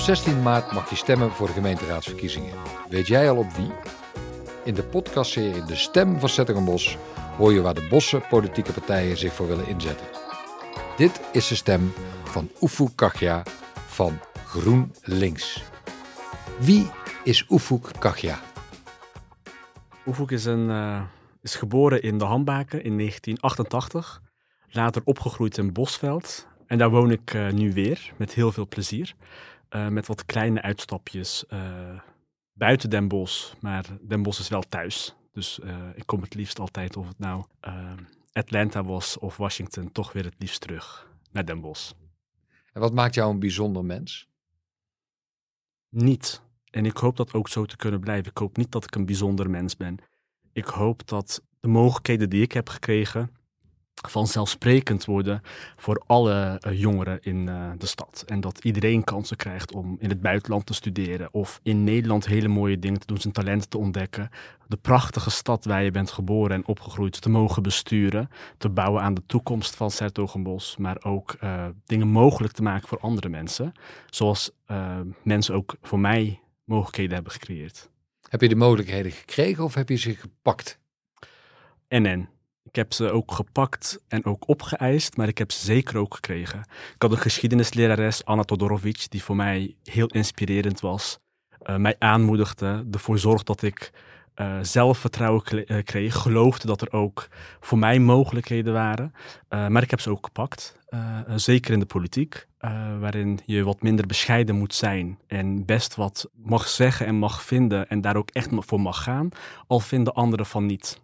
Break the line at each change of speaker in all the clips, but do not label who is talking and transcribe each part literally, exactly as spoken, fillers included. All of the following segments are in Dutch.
zestien maart mag je stemmen voor de gemeenteraadsverkiezingen. Weet jij al op wie? In de podcastserie De Stem van 's-Hertogenbosch hoor je waar de Bosse politieke partijen zich voor willen inzetten. Dit is de stem van Ufuk Kagja van GroenLinks. Wie is Ufuk Kagja?
Ufuk is, een, uh, is geboren in de Hambaken in negentien achtentachtig. Later opgegroeid in Bosveld. En daar woon ik uh, nu weer, met heel veel plezier. Uh, met wat kleine uitstapjes uh, buiten Den Bosch. Maar Den Bosch is wel thuis. Dus uh, ik kom het liefst altijd, of het nou uh, Atlanta was of Washington, toch weer het liefst terug naar Den Bosch.
En wat maakt jou een bijzonder mens?
Niet. En ik hoop dat ook zo te kunnen blijven. Ik hoop niet dat ik een bijzonder mens ben. Ik hoop dat de mogelijkheden die ik heb gekregen vanzelfsprekend worden voor alle uh, jongeren in uh, de stad. En dat iedereen kansen krijgt om in het buitenland te studeren of in Nederland hele mooie dingen te doen, zijn talenten te ontdekken. De prachtige stad waar je bent geboren en opgegroeid te mogen besturen, te bouwen aan de toekomst van 's-Hertogenbosch, maar ook uh, dingen mogelijk te maken voor andere mensen. Zoals uh, mensen ook voor mij mogelijkheden hebben gecreëerd.
Heb je de mogelijkheden gekregen of heb je ze gepakt?
En en. Ik heb ze ook gepakt en ook opgeëist, maar ik heb ze zeker ook gekregen. Ik had een geschiedenislerares, Anna Todorovic, die voor mij heel inspirerend was. Uh, mij aanmoedigde, ervoor zorgde dat ik uh, zelfvertrouwen kreeg. Geloofde dat er ook voor mij mogelijkheden waren. Uh, maar ik heb ze ook gepakt. Uh, zeker in de politiek, uh, waarin je wat minder bescheiden moet zijn. En best wat mag zeggen en mag vinden en daar ook echt voor mag gaan. Al vinden anderen van niet.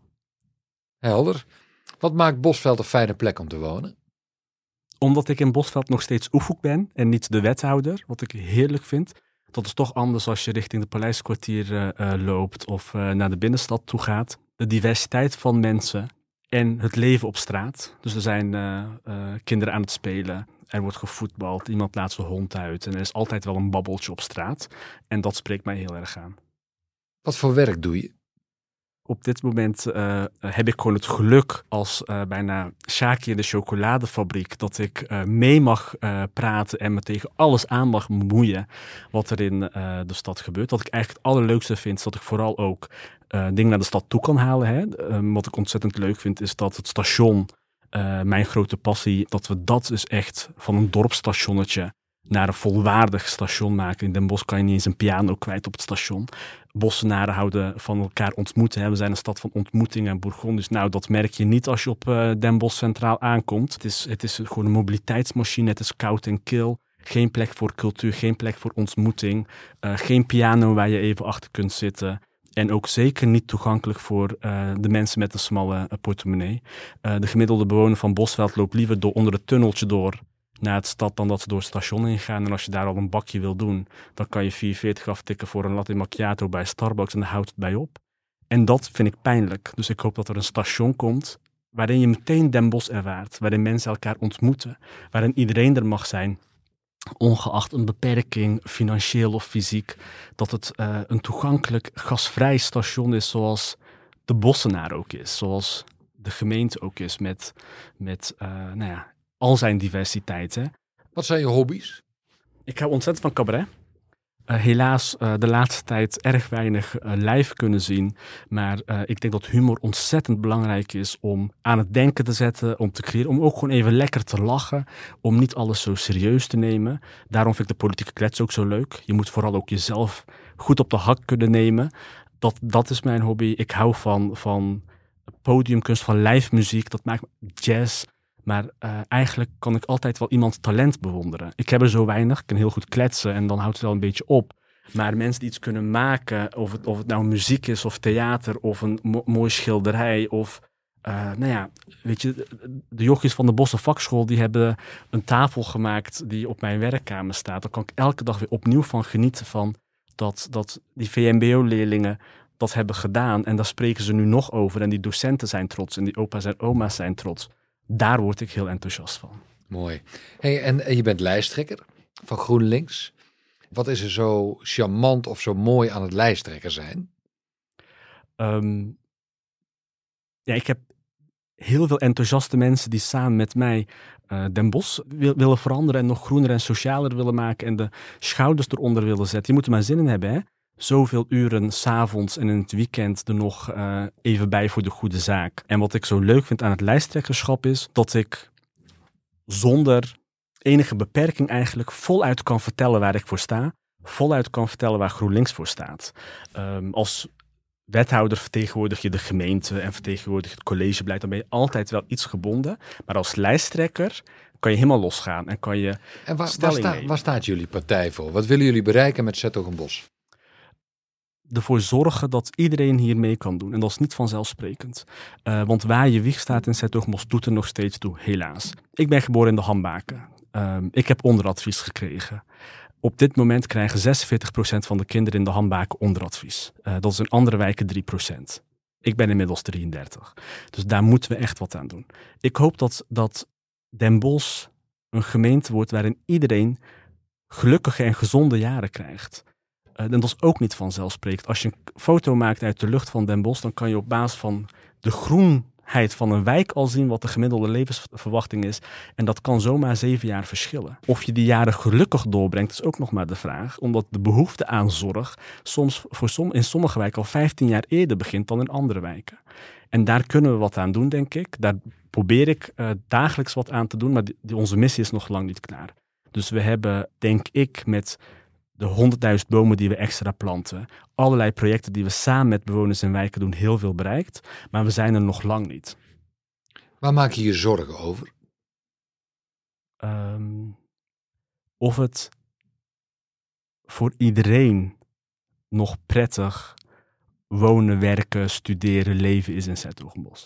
Helder. Wat maakt Bosveld een fijne plek om te wonen?
Omdat ik in Bosveld nog steeds Ufuk ben en niet de wethouder, wat ik heerlijk vind. Dat is toch anders als je richting de Paleiskwartier uh, uh, loopt of uh, naar de binnenstad toe gaat. De diversiteit van mensen en het leven op straat. Dus er zijn uh, uh, kinderen aan het spelen, er wordt gevoetbald, iemand laat zijn hond uit en er is altijd wel een babbeltje op straat. En dat spreekt mij heel erg aan.
Wat voor werk doe je?
Op dit moment uh, heb ik gewoon het geluk als uh, bijna Shaki in de chocoladefabriek dat ik uh, mee mag uh, praten en me tegen alles aan mag bemoeien wat er in uh, de stad gebeurt. Wat ik eigenlijk het allerleukste vind is dat ik vooral ook uh, dingen naar de stad toe kan halen. Hè. Uh, wat ik ontzettend leuk vind is dat het station, uh, mijn grote passie, dat we dat dus echt van een dorpsstationnetje naar een volwaardig station maken. In Den Bosch kan je niet eens een piano kwijt op het station. Bossenaren houden van elkaar ontmoeten. Hè. We zijn een stad van ontmoeting en Bourgondisch. Nou, dat merk je niet als je op uh, Den Bosch centraal aankomt. Het is, het is gewoon een mobiliteitsmachine. Het is koud en kil. Geen plek voor cultuur, geen plek voor ontmoeting. Uh, geen piano waar je even achter kunt zitten. En ook zeker niet toegankelijk voor uh, de mensen met een smalle uh, portemonnee. Uh, de gemiddelde bewoner van Bosveld loopt liever door onder het tunneltje door naar het stad dan dat ze door het station ingaan. En als je daar al een bakje wil doen, dan kan je vier veertig aftikken voor een latte macchiato bij Starbucks en dan houdt het bij op. En dat vind ik pijnlijk. Dus ik hoop dat er een station komt waarin je meteen Den Bosch ervaart, waarin mensen elkaar ontmoeten, waarin iedereen er mag zijn, ongeacht een beperking, financieel of fysiek, dat het uh, een toegankelijk, gasvrij station is zoals de Bossenaar ook is, zoals de gemeente ook is met, met uh, nou ja, al zijn diversiteit. Hè.
Wat zijn je hobby's?
Ik hou ontzettend van cabaret. Uh, helaas uh, de laatste tijd erg weinig uh, live kunnen zien. Maar uh, ik denk dat humor ontzettend belangrijk is om aan het denken te zetten, om te creëren, om ook gewoon even lekker te lachen, om niet alles zo serieus te nemen. Daarom vind ik de politieke klets ook zo leuk. Je moet vooral ook jezelf goed op de hak kunnen nemen. Dat, dat is mijn hobby. Ik hou van, van podiumkunst, van live muziek. Dat maakt jazz. Maar uh, eigenlijk kan ik altijd wel iemands talent bewonderen. Ik heb er zo weinig, ik kan heel goed kletsen en dan houdt het wel een beetje op. Maar mensen die iets kunnen maken, of het, of het nou muziek is of theater of een mo- mooie schilderij of, uh, nou ja, weet je, de jochies van de Bosse Vakschool die hebben een tafel gemaakt die op mijn werkkamer staat. Daar kan ik elke dag weer opnieuw van genieten van dat, dat die V M B O-leerlingen dat hebben gedaan en daar spreken ze nu nog over en die docenten zijn trots en die opa's en oma's zijn trots. Daar word ik heel enthousiast van.
Mooi. Hey, en, en je bent lijsttrekker van GroenLinks. Wat is er zo charmant of zo mooi aan het lijsttrekker zijn?
Um, ja, ik heb heel veel enthousiaste mensen die samen met mij uh, Den Bosch wil, willen veranderen en nog groener en socialer willen maken en de schouders eronder willen zetten. Je moet er maar zin in hebben, hè? Zoveel uren 's avonds en in het weekend er nog uh, even bij voor de goede zaak. En wat ik zo leuk vind aan het lijsttrekkerschap is dat ik zonder enige beperking eigenlijk voluit kan vertellen waar ik voor sta. Voluit kan vertellen waar GroenLinks voor staat. Um, als wethouder vertegenwoordig je de gemeente en vertegenwoordig je het collegebeleid. Dan ben je altijd wel iets gebonden. Maar als lijsttrekker kan je helemaal losgaan en kan je
En waar, waar, sta, waar staat jullie partij voor? Wat willen jullie bereiken met 's-Hertogenbosch?
Ervoor zorgen dat iedereen hier mee kan doen. En dat is niet vanzelfsprekend. Uh, want waar je wieg staat in 's-Hertogenbosch doet er nog steeds toe, helaas. Ik ben geboren in de Hambaken. Um, ik heb onderadvies gekregen. Op dit moment krijgen zesenveertig procent van de kinderen in de Hambaken onderadvies. Uh, dat is in andere wijken drie procent. Ik ben inmiddels drieëndertig. Dus daar moeten we echt wat aan doen. Ik hoop dat, dat Den Bosch een gemeente wordt waarin iedereen gelukkige en gezonde jaren krijgt. Uh, en dat is ook niet vanzelfsprekend. Als je een foto maakt uit de lucht van Den Bosch, dan kan je op basis van de groenheid van een wijk al zien wat de gemiddelde levensverwachting is. En dat kan zomaar zeven jaar verschillen. Of je die jaren gelukkig doorbrengt, is ook nog maar de vraag. Omdat de behoefte aan zorg soms voor som, in sommige wijken al vijftien jaar eerder begint dan in andere wijken. En daar kunnen we wat aan doen, denk ik. Daar probeer ik uh, dagelijks wat aan te doen, maar die, die, onze missie is nog lang niet klaar. Dus we hebben, denk ik, met de honderdduizend bomen die we extra planten, allerlei projecten die we samen met bewoners in wijken doen, heel veel bereikt. Maar we zijn er nog lang niet.
Waar maak je je zorgen over?
Um, of het voor iedereen nog prettig wonen, werken, studeren, leven is in 's-Hertogenbosch.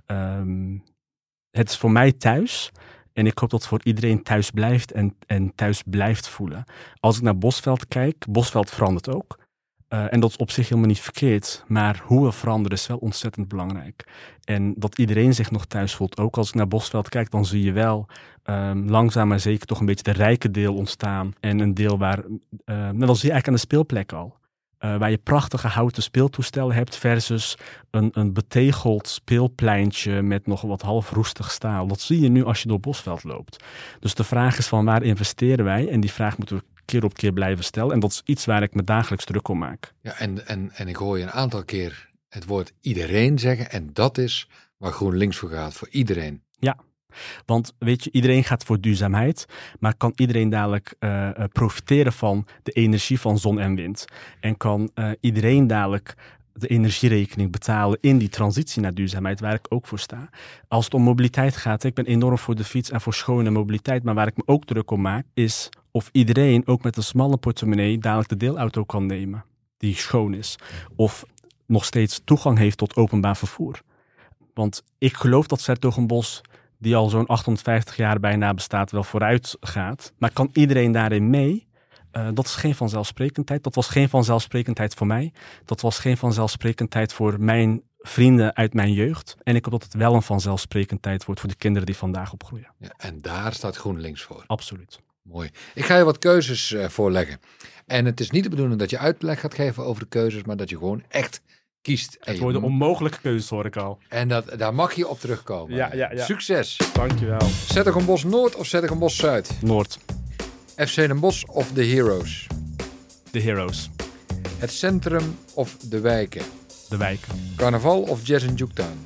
Um, het is voor mij thuis. En ik hoop dat het voor iedereen thuis blijft en, en thuis blijft voelen. Als ik naar Bosveld kijk, Bosveld verandert ook. Uh, en dat is op zich helemaal niet verkeerd. Maar hoe we veranderen is wel ontzettend belangrijk. En dat iedereen zich nog thuis voelt. Ook als ik naar Bosveld kijk, dan zie je wel um, langzaam maar zeker toch een beetje de rijke deel ontstaan. En een deel waar, uh, nou, dat zie je eigenlijk aan de speelplek al. Uh, waar je prachtige houten speeltoestellen hebt versus een, een betegeld speelpleintje met nog wat half roestig staal. Dat zie je nu als je door Bosveld loopt. Dus de vraag is van waar investeren wij? En die vraag moeten we keer op keer blijven stellen. En dat is iets waar ik me dagelijks druk om maak.
Ja, en, en, en ik hoor je een aantal keer het woord iedereen zeggen. En dat is waar GroenLinks voor gaat, voor iedereen.
Ja. Want weet je, iedereen gaat voor duurzaamheid, maar kan iedereen dadelijk uh, profiteren van de energie van zon en wind? En kan uh, iedereen dadelijk de energierekening betalen in die transitie naar duurzaamheid, waar ik ook voor sta? Als het om mobiliteit gaat, ik ben enorm voor de fiets en voor schone mobiliteit, maar waar ik me ook druk om maak, is of iedereen ook met een smalle portemonnee dadelijk de deelauto kan nemen, die schoon is. Of nog steeds toegang heeft tot openbaar vervoer. Want ik geloof dat 's-Hertogenbosch, die al zo'n achthonderdvijftig jaar bijna bestaat, wel vooruit gaat. Maar kan iedereen daarin mee? Uh, dat is geen vanzelfsprekendheid. Dat was geen vanzelfsprekendheid voor mij. Dat was geen vanzelfsprekendheid voor mijn vrienden uit mijn jeugd. En ik hoop dat het wel een vanzelfsprekendheid wordt voor de kinderen die vandaag opgroeien.
Ja, en daar staat GroenLinks voor.
Absoluut.
Mooi. Ik ga je wat keuzes uh, voorleggen. En het is niet de bedoeling dat je uitleg gaat geven over de keuzes, maar dat je gewoon echt kiest.
Het worden onmogelijke keuzes, hoor ik al.
En dat, daar mag je op terugkomen.
Ja, ja, ja.
Succes.
Dankjewel.
's-Hertogenbosch Noord of 's-Hertogenbosch Zuid?
Noord.
F C Den Bosch of de Heroes?
De Heroes.
Het centrum of de wijken?
De wijken.
Carnaval of Jazz in Juketown?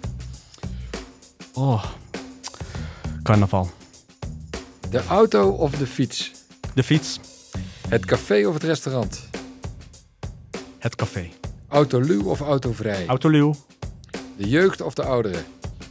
Oh, carnaval.
De auto of de fiets?
De fiets.
Het café of het restaurant?
Het café.
Autoluw of autovrij?
Autoluw.
De jeugd of de ouderen?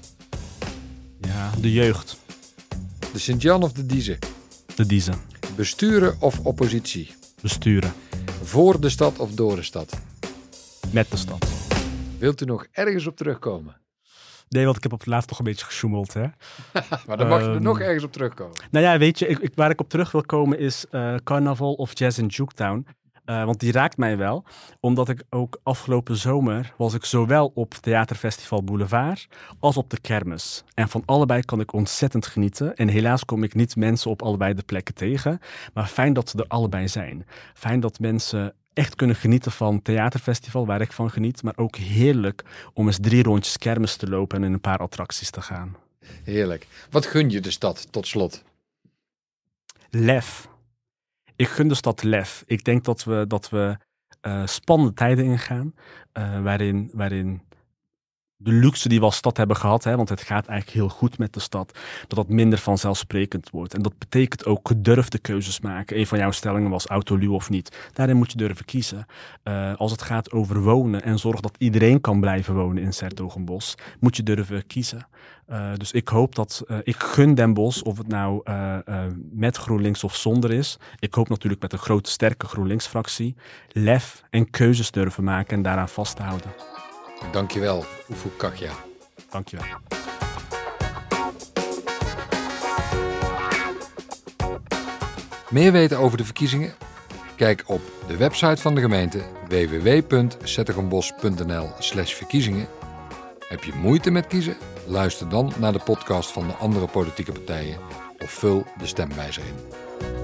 Ja, de jeugd.
De Sint-Jan of de Diezen?
De Diezen.
Besturen of oppositie?
Besturen.
Voor de stad of door de stad?
Met de stad.
Wilt u nog ergens op terugkomen?
Nee, want ik heb op het laatst toch een beetje gesjoemeld, hè?
Maar dan mag je er
um,
nog ergens op terugkomen.
Nou ja, weet je, ik, ik, waar ik op terug wil komen is uh, carnaval of Jazz in Juketown. Uh, want die raakt mij wel, omdat ik ook afgelopen zomer was ik zowel op Theaterfestival Boulevard als op de kermis. En van allebei kan ik ontzettend genieten. En helaas kom ik niet mensen op allebei de plekken tegen. Maar fijn dat ze er allebei zijn. Fijn dat mensen echt kunnen genieten van theaterfestival, waar ik van geniet. Maar ook heerlijk om eens drie rondjes kermis te lopen en in een paar attracties te gaan.
Heerlijk. Wat gun je de stad tot slot?
Lef. Ik gun de stad lef. Ik denk dat we, dat we uh, spannende tijden ingaan, uh, waarin, waarin de luxe die we als stad hebben gehad, hè, want het gaat eigenlijk heel goed met de stad, dat dat minder vanzelfsprekend wordt. En dat betekent ook gedurfde keuzes maken. Een van jouw stellingen was autoluw of niet. Daarin moet je durven kiezen. Uh, als het gaat over wonen en zorg dat iedereen kan blijven wonen in 's-Hertogenbosch, moet je durven kiezen. Uh, dus ik hoop dat, uh, ik gun Den Bosch, of het nou uh, uh, met GroenLinks of zonder is. Ik hoop natuurlijk met een grote, sterke GroenLinks-fractie. Lef en keuzes durven maken en daaraan vast te houden.
Dankjewel, Ufuk Kaggya.
Dankjewel.
Meer weten over de verkiezingen? Kijk op de website van de gemeente w w w punt s hertogenbosch punt n l slash verkiezingen. Heb je moeite met kiezen? Luister dan naar de podcast van de andere politieke partijen of vul de stemwijzer in.